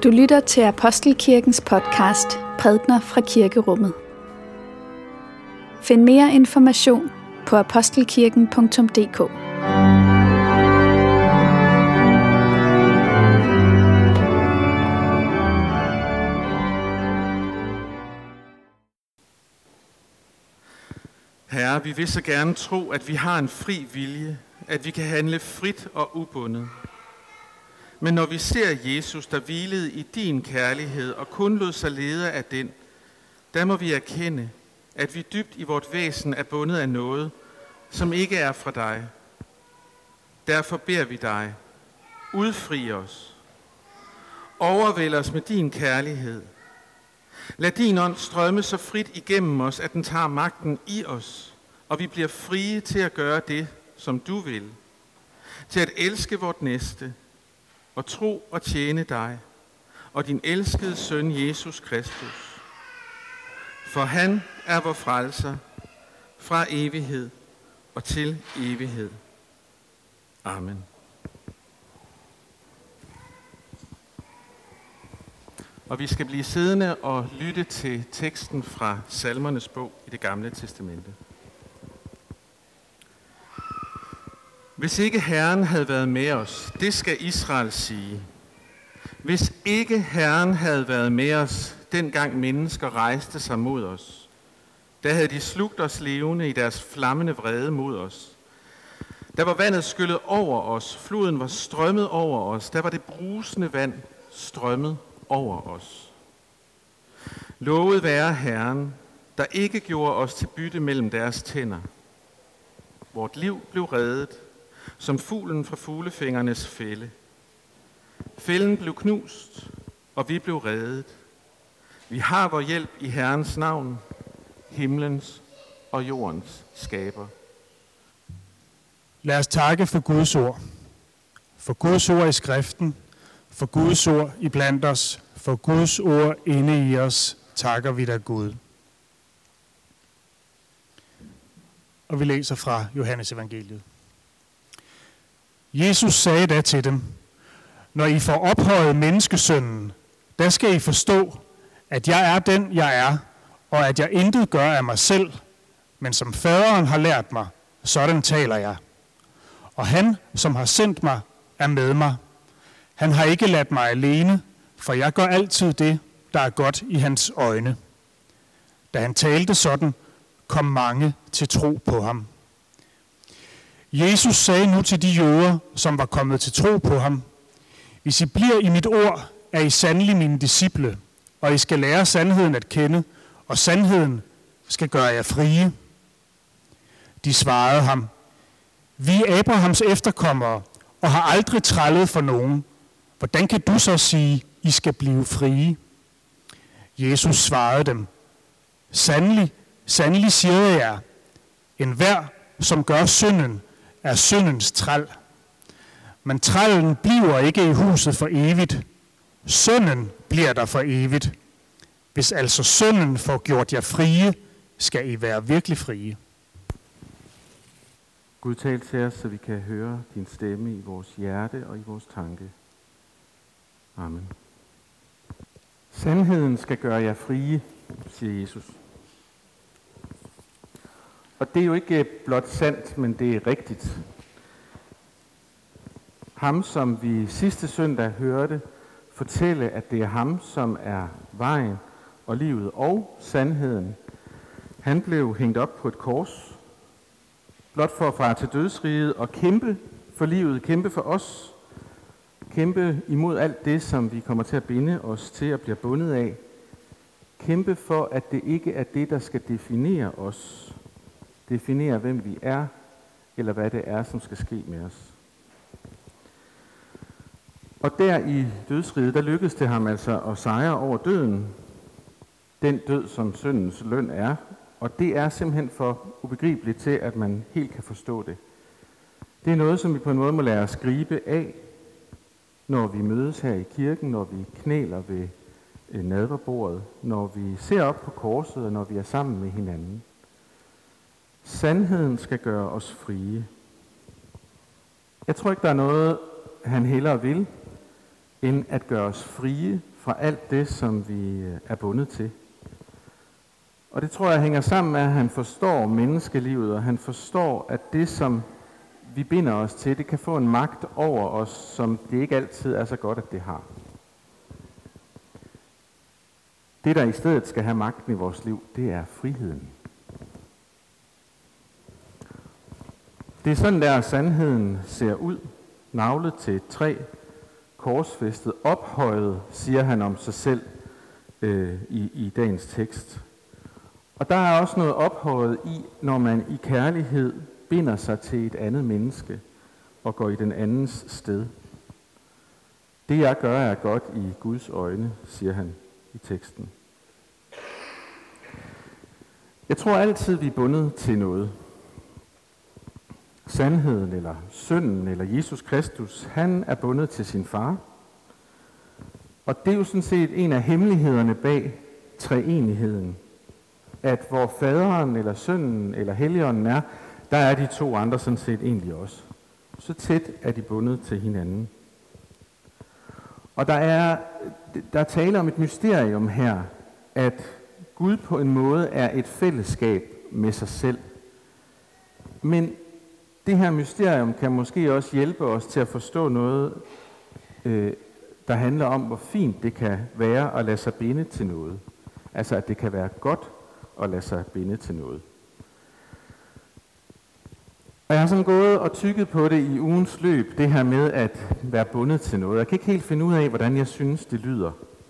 Du lytter til Apostelkirkens podcast Prædikener fra Kirkerummet. Find mere information på apostelkirken.dk. Herre, vi vil så gerne tro, at vi har en fri vilje, at vi kan handle frit og ubundet. Men når vi ser Jesus, der hvilede i din kærlighed og kun lod sig lede af den, der må vi erkende, at vi dybt i vort væsen er bundet af noget, som ikke er fra dig. Derfor beder vi dig, udfri os. Overvæld os med din kærlighed. Lad din ånd strømme så frit igennem os, at den tager magten i os, og vi bliver frie til at gøre det, som du vil. Til at elske vort næste, og tro og tjene dig, og din elskede søn Jesus Kristus. For han er vor frelser, fra evighed og til evighed. Amen. Og vi skal blive siddende og lytte til teksten fra Salmernes bog i Det Gamle Testamente. Hvis ikke Herren havde været med os, det skal Israel sige. Hvis ikke Herren havde været med os, dengang mennesker rejste sig mod os, da havde de slugt os levende i deres flammende vrede mod os. Der var vandet skyllet over os, floden var strømmet over os, der var det brusende vand strømmet over os. Lovet være Herren, der ikke gjorde os til bytte mellem deres tænder. Vort liv blev reddet, som fuglen fra fuglefingernes fælde. Fælden blev knust, og vi blev reddet. Vi har vor hjælp i Herrens navn, himlens og jordens skaber. Lad os takke for Guds ord. For Guds ord i skriften, for Guds ord i blandt os, for Guds ord inde i os, takker vi dig Gud. Og vi læser fra Johannes evangeliet. Jesus sagde da til dem, når I får ophøjet menneskesønnen, der skal I forstå, at jeg er den, jeg er, og at jeg intet gør af mig selv, men som faderen har lært mig, sådan taler jeg. Og han, som har sendt mig, er med mig. Han har ikke ladt mig alene, for jeg gør altid det, der er godt i hans øjne. Da han talte sådan, kom mange til tro på ham. Jesus sagde nu til de jøder, som var kommet til tro på ham, hvis I bliver i mit ord, er I sandelig mine disciple, og I skal lære sandheden at kende, og sandheden skal gøre jer frie. De svarede ham, vi er Abrahams efterkommere, og har aldrig trællet for nogen. Hvordan kan du så sige, I skal blive frie? Jesus svarede dem, sandelig, sandelig siger jeg jer, enhver, som gør synden, er syndens træl. Men trællen bliver ikke i huset for evigt. Synden bliver der for evigt. Hvis altså synden får gjort jer frie, skal I være virkelig frie. Gud, tal til os, så vi kan høre din stemme i vores hjerte og i vores tanke. Amen. Sandheden skal gøre jer frie, siger Jesus. Og det er jo ikke blot sandt, men det er rigtigt. Ham, som vi sidste søndag hørte fortælle, at det er ham, som er vejen og livet og sandheden. Han blev hængt op på et kors, blot for at fare til dødsriget og kæmpe for livet, kæmpe for os, kæmpe imod alt det, som vi kommer til at binde os til at blive bundet af. Kæmpe for, at det ikke er det, der skal definere os, definere hvem vi er, eller hvad det er, som skal ske med os. Og der i dødsriget, der lykkedes det ham altså at sejre over døden. Den død, som syndens løn er. Og det er simpelthen for ubegribeligt til, at man helt kan forstå det. Det er noget, som vi på en måde må lære os gribe af, når vi mødes her i kirken, når vi knæler ved nadverbordet, når vi ser op på korset, og når vi er sammen med hinanden. Sandheden skal gøre os frie. Jeg tror ikke, der er noget, han hellere vil, end at gøre os frie fra alt det, som vi er bundet til. Og det tror jeg hænger sammen med, at han forstår menneskelivet, og han forstår, at det, som vi binder os til, det kan få en magt over os, som det ikke altid er så godt, at det har. Det, der i stedet skal have magten i vores liv, det er friheden. Det er sådan, der sandheden ser ud, naglet til et træ, korsfæstet, ophøjet, siger han om sig selv i dagens tekst. Og der er også noget ophøjet i, når man i kærlighed binder sig til et andet menneske og går i den andens sted. Det jeg gør er godt i Guds øjne, siger han i teksten. Jeg tror altid, vi er bundet til noget. Sandheden eller synden eller Jesus Kristus, han er bundet til sin far. Og det er jo sådan set en af hemmelighederne bag treenigheden. At hvor faderen eller sønnen eller helligånden er, der er de to andre sådan set egentlig også. Så tæt er de bundet til hinanden. Og der er tale om et mysterium her, at Gud på en måde er et fællesskab med sig selv. Men det her mysterium kan måske også hjælpe os til at forstå noget, der handler om, hvor fint det kan være at lade sig binde til noget. Altså at det kan være godt at lade sig binde til noget. Og jeg har sådan gået og tygget på det i ugens løb, det her med at være bundet til noget. Jeg kan ikke helt finde ud af, hvordan jeg synes, det lyder.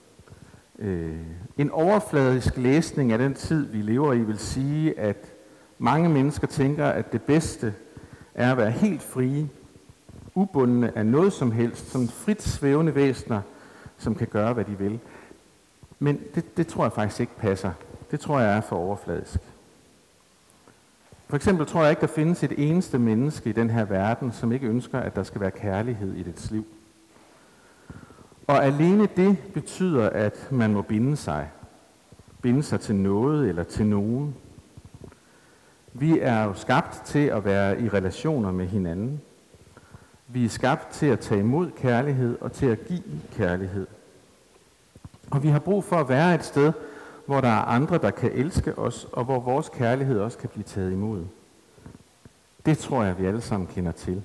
En overfladisk læsning af den tid, vi lever i, vil sige, at mange mennesker tænker, at det bedste er at være helt frie, ubundne af noget som helst, som frit svævende væsener, som kan gøre, hvad de vil. Men det tror jeg faktisk ikke passer. Det tror jeg er for overfladisk. For eksempel tror jeg ikke, der findes et eneste menneske i den her verden, som ikke ønsker, at der skal være kærlighed i dets liv. Og alene det betyder, at man må binde sig. Binde sig til noget eller til nogen. Vi er jo skabt til at være i relationer med hinanden. Vi er skabt til at tage imod kærlighed og til at give kærlighed. Og vi har brug for at være et sted, hvor der er andre, der kan elske os, og hvor vores kærlighed også kan blive taget imod. Det tror jeg, vi alle sammen kender til.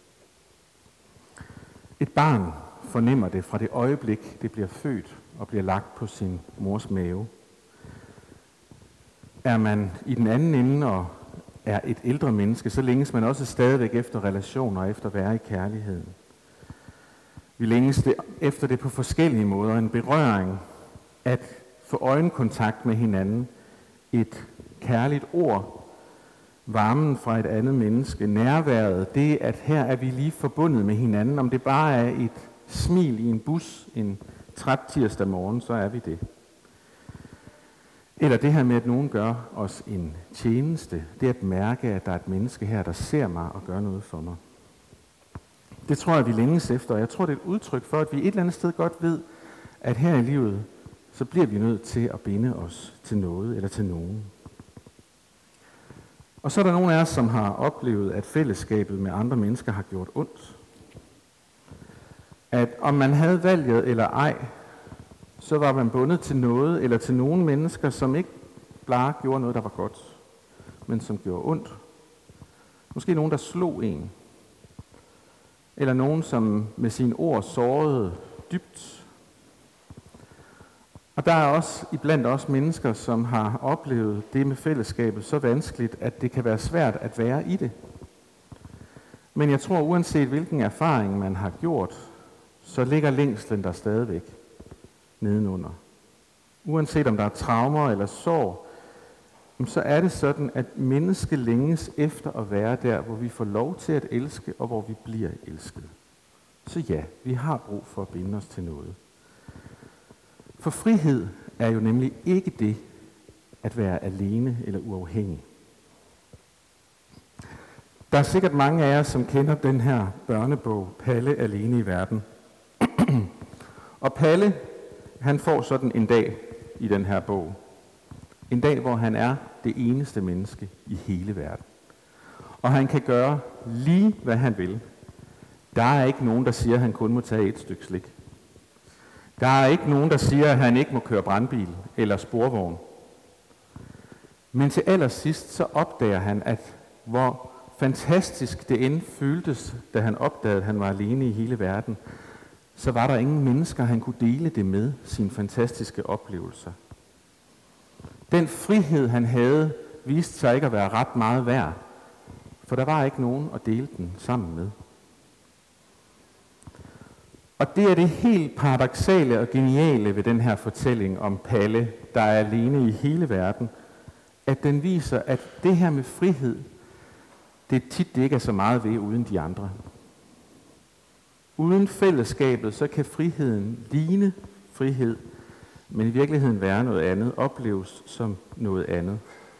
Et barn fornemmer det fra det øjeblik, det bliver født og bliver lagt på sin mors mave. Er man i den anden ende og er et ældre menneske, så længes man også stadigvæk efter relationer og efter at være i kærligheden. Vi længes efter det på forskellige måder. En berøring, at få øjenkontakt med hinanden, et kærligt ord, varmen fra et andet menneske, nærværet, det at her er vi lige forbundet med hinanden. Om det bare er et smil i en bus en træt tirsdag morgen, så er vi det. Eller det her med, at nogen gør os en tjeneste, det at mærke, at der er et menneske her, der ser mig og gør noget for mig. Det tror jeg, vi længes efter, og jeg tror, det er et udtryk for, at vi et eller andet sted godt ved, at her i livet, så bliver vi nødt til at binde os til noget eller til nogen. Og så er der nogle af os, som har oplevet, at fællesskabet med andre mennesker har gjort ondt. At om man havde valget eller ej, så var man bundet til noget eller til nogle mennesker, som ikke bare gjorde noget, der var godt, men som gjorde ondt. Måske nogen, der slog en. Eller nogen, som med sine ord sårede dybt. Og der er også iblandt os mennesker, som har oplevet det med fællesskabet så vanskeligt, at det kan være svært at være i det. Men jeg tror, uanset hvilken erfaring man har gjort, så ligger længslen der stadigvæk nedenunder. Uanset om der er traumer eller sorg, så er det sådan, at mennesket længes efter at være der, hvor vi får lov til at elske, og hvor vi bliver elsket. Så ja, vi har brug for at binde os til noget. For frihed er jo nemlig ikke det at være alene eller uafhængig. Der er sikkert mange af jer, som kender den her børnebog, Palle alene i verden. Og Palle, han får sådan en dag i den her bog. En dag, hvor han er det eneste menneske i hele verden. Og han kan gøre lige, hvad han vil. Der er ikke nogen, der siger, at han kun må tage et stykke slik. Der er ikke nogen, der siger, at han ikke må køre brandbil eller sporvogn. Men til allersidst så opdager han, at hvor fantastisk det end føltes, da han opdagede, at han var alene i hele verden, så var der ingen mennesker, han kunne dele det med, sine fantastiske oplevelser. Den frihed, han havde, viste sig ikke at være ret meget værd, for der var ikke nogen at dele den sammen med. Og det er det helt paradoksale og geniale ved den her fortælling om Palle, der er alene i hele verden, at den viser, at det her med frihed, det tit ikke er så meget ved uden de andre. Uden fællesskabet, så kan friheden ligne frihed, men i virkeligheden være noget andet, opleves som noget andet.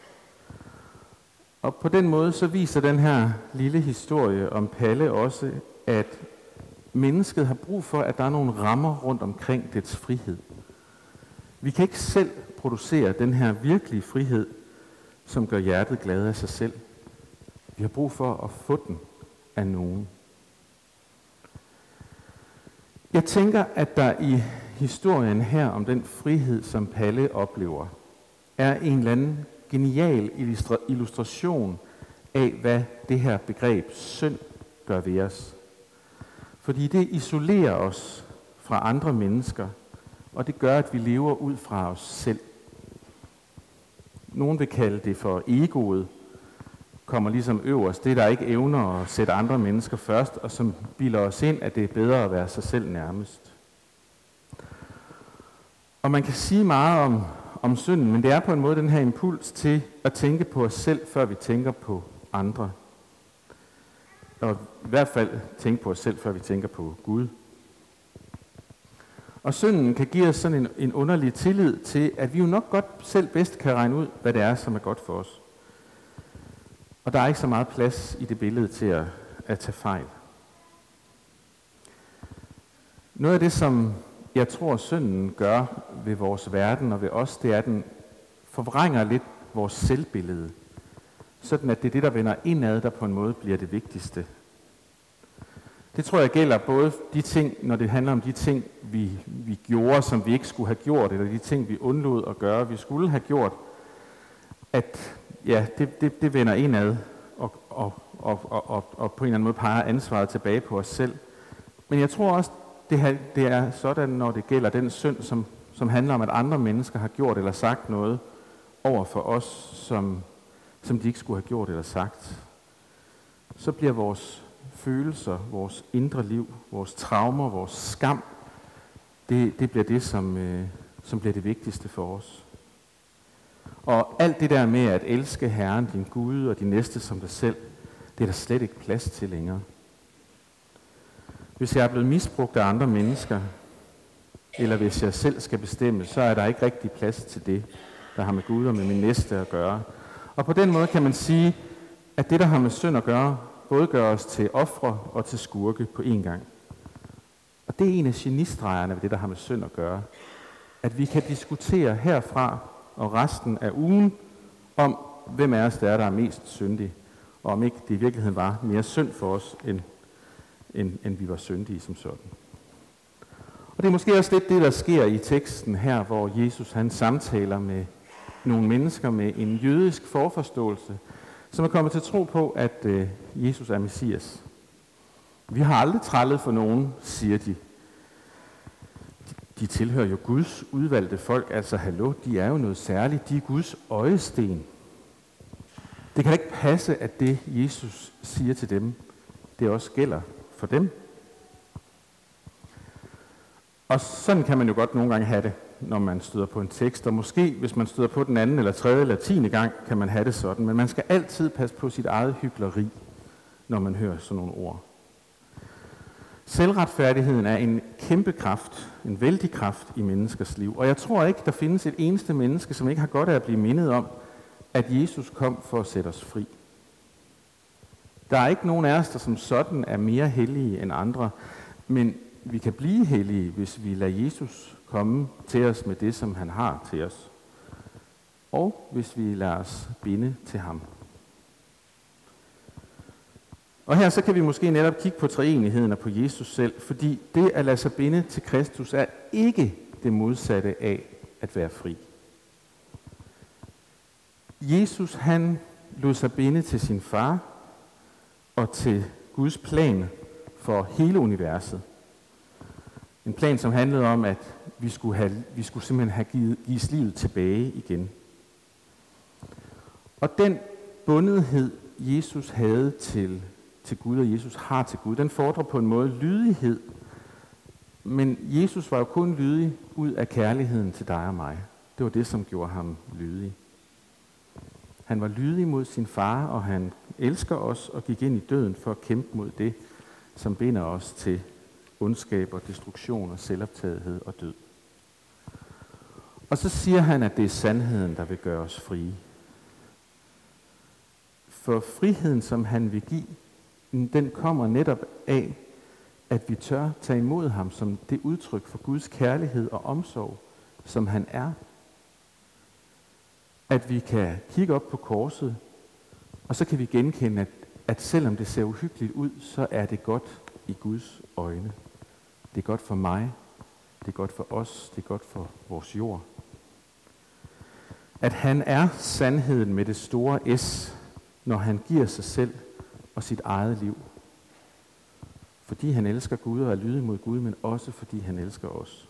Og på den måde så viser den her lille historie om Palle også, at mennesket har brug for, at der er nogle rammer rundt omkring dets frihed. Vi kan ikke selv producere den her virkelige frihed, som gør hjertet glad af sig selv. Vi har brug for at få den af nogen. Jeg tænker, at der i historien her om den frihed, som Palle oplever, er en eller anden genial illustration af, hvad det her begreb synd gør ved os. Fordi det isolerer os fra andre mennesker, og det gør, at vi lever ud fra os selv. Nogen vil kalde det for egoet, kommer ligesom øverst. Det, der ikke evner at sætte andre mennesker først, og som bilder os ind, at det er bedre at være sig selv nærmest. Og man kan sige meget om synden, men det er på en måde den her impuls til at tænke på os selv, før vi tænker på andre. Og i hvert fald tænke på os selv, før vi tænker på Gud. Og synden kan give os sådan en underlig tillid til, at vi jo nok godt selv bedst kan regne ud, hvad det er, som er godt for os. Og der er ikke så meget plads i det billede til at tage fejl. Noget af det, som jeg tror, synden gør ved vores verden og ved os, det er, at den forvrænger lidt vores selvbillede. Sådan at det er det, der vender indad, der på en måde bliver det vigtigste. Det tror jeg gælder både de ting, når det handler om de ting, vi gjorde, som vi ikke skulle have gjort, eller de ting, vi undlod at gøre, vi skulle have gjort, at ja, det vender indad og på en eller anden måde peger ansvaret tilbage på os selv. Men jeg tror også, det er sådan, når det gælder den synd, som handler om, at andre mennesker har gjort eller sagt noget over for os, som de ikke skulle have gjort eller sagt. Så bliver vores følelser, vores indre liv, vores traumer, vores skam, det bliver det, som bliver det vigtigste for os. Og alt det der med at elske Herren, din Gud og din næste som dig selv, det er der slet ikke plads til længere. Hvis jeg er blevet misbrugt af andre mennesker, eller hvis jeg selv skal bestemme, så er der ikke rigtig plads til det, der har med Gud og med min næste at gøre. Og på den måde kan man sige, at det, der har med synd at gøre, både gør os til ofre og til skurke på én gang. Og det er en af genistregerne ved det, der har med synd at gøre. At vi kan diskutere herfra og resten af ugen om, hvem af os der er mest syndig, og om ikke det i virkeligheden var mere synd for os, end vi var syndige som sådan. Og det er måske også lidt det, der sker i teksten her, hvor Jesus han samtaler med nogle mennesker med en jødisk forforståelse, som er kommet til tro på, at Jesus er Messias. Vi har aldrig trællet for nogen, siger de. De tilhører jo Guds udvalgte folk, altså hallo, de er jo noget særligt, de er Guds øjesten. Det kan ikke passe, at det Jesus siger til dem, det også gælder for dem. Og sådan kan man jo godt nogle gange have det, når man støder på en tekst, og måske hvis man støder på den anden eller tredje eller 10. gang, kan man have det sådan, men man skal altid passe på sit eget hykleri, når man hører sådan nogle ord. Selvretfærdigheden er en kæmpe kraft, en vældig kraft i menneskers liv, og jeg tror ikke, der findes et eneste menneske, som ikke har godt af at blive mindet om, at Jesus kom for at sætte os fri. Der er ikke nogen af os, der som sådan er mere hellige end andre, men vi kan blive hellige, hvis vi lader Jesus komme til os med det, som han har til os. Og hvis vi lader os binde til ham. Og her så kan vi måske netop kigge på treenigheden og på Jesus selv, fordi det at lade sig binde til Kristus er ikke det modsatte af at være fri. Jesus, han lod sig binde til sin far og til Guds plan for hele universet. En plan, som handlede om, at vi skulle simpelthen have givet livet tilbage igen. Og den bundethed, Jesus havde til Gud, og Jesus har til Gud, den fordrer på en måde lydighed. Men Jesus var jo kun lydig ud af kærligheden til dig og mig. Det var det, som gjorde ham lydig. Han var lydig mod sin far, og han elsker os og gik ind i døden for at kæmpe mod det, som binder os til ondskab og destruktion og selvoptagethed og død. Og så siger han, at det er sandheden, der vil gøre os frie. For friheden, som han vil give, den kommer netop af, at vi tør tage imod ham som det udtryk for Guds kærlighed og omsorg, som han er. At vi kan kigge op på korset, og så kan vi genkende, at selvom det ser uhyggeligt ud, så er det godt i Guds øjne. Det er godt for mig, det er godt for os, det er godt for vores jord. At han er sandheden med det store S, når han giver sig selv og sit eget liv. Fordi han elsker Gud og er lydig mod Gud, men også fordi han elsker os.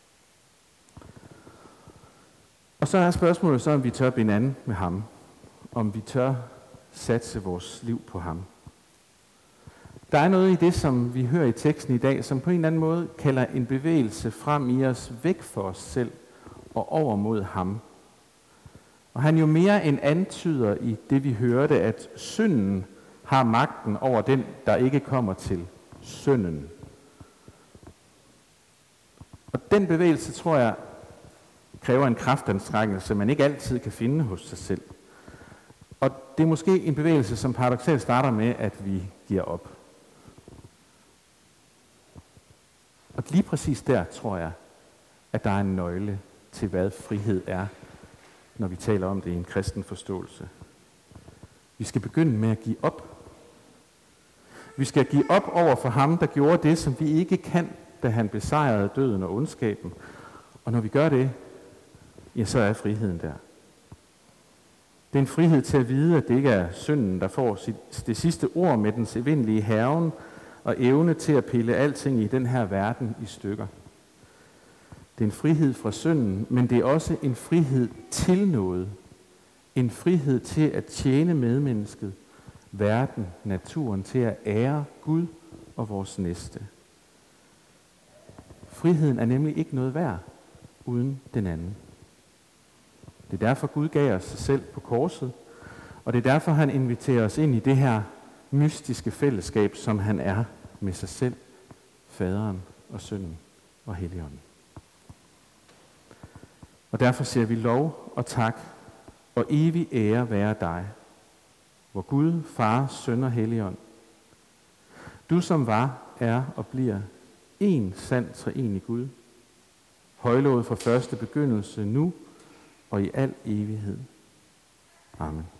Og så er spørgsmålet så, om vi tør binde an med ham. Om vi tør satse vores liv på ham. Der er noget i det, som vi hører i teksten i dag, som på en eller anden måde kalder en bevægelse frem i os, væk fra os selv og over mod ham. Og han jo mere end antyder i det, vi hørte, at synden har magten over den, der ikke kommer til synden. Og den bevægelse, tror jeg, kræver en kraftanstrengelse, man ikke altid kan finde hos sig selv. Og det er måske en bevægelse, som paradoksalt starter med, at vi giver op. Og lige præcis der, tror jeg, at der er en nøgle til, hvad frihed er, når vi taler om det i en kristen forståelse. Vi skal begynde med at give op. Vi skal give op over for ham, der gjorde det, som vi ikke kan, da han besejrede døden og ondskaben. Og når vi gør det, ja, så er friheden der. Det er en frihed til at vide, at det ikke er synden, der får det sidste ord med dens evindelige hærgen og evne til at pille alting i den her verden i stykker. Det er en frihed fra synden, men det er også en frihed til noget. En frihed til at tjene medmennesket, verden, naturen, til at ære Gud og vores næste. Friheden er nemlig ikke noget værd uden den anden. Det er derfor Gud gav os sig selv på korset, og det er derfor han inviterer os ind i det her mystiske fællesskab, som han er med sig selv, faderen og sønnen og Helligånden. Og derfor siger vi lov og tak og evig ære være dig, hvor Gud, Far, Søn og Helligånd, du som var, er og bliver en sand treenig Gud, højlovet fra første begyndelse nu og i al evighed. Amen.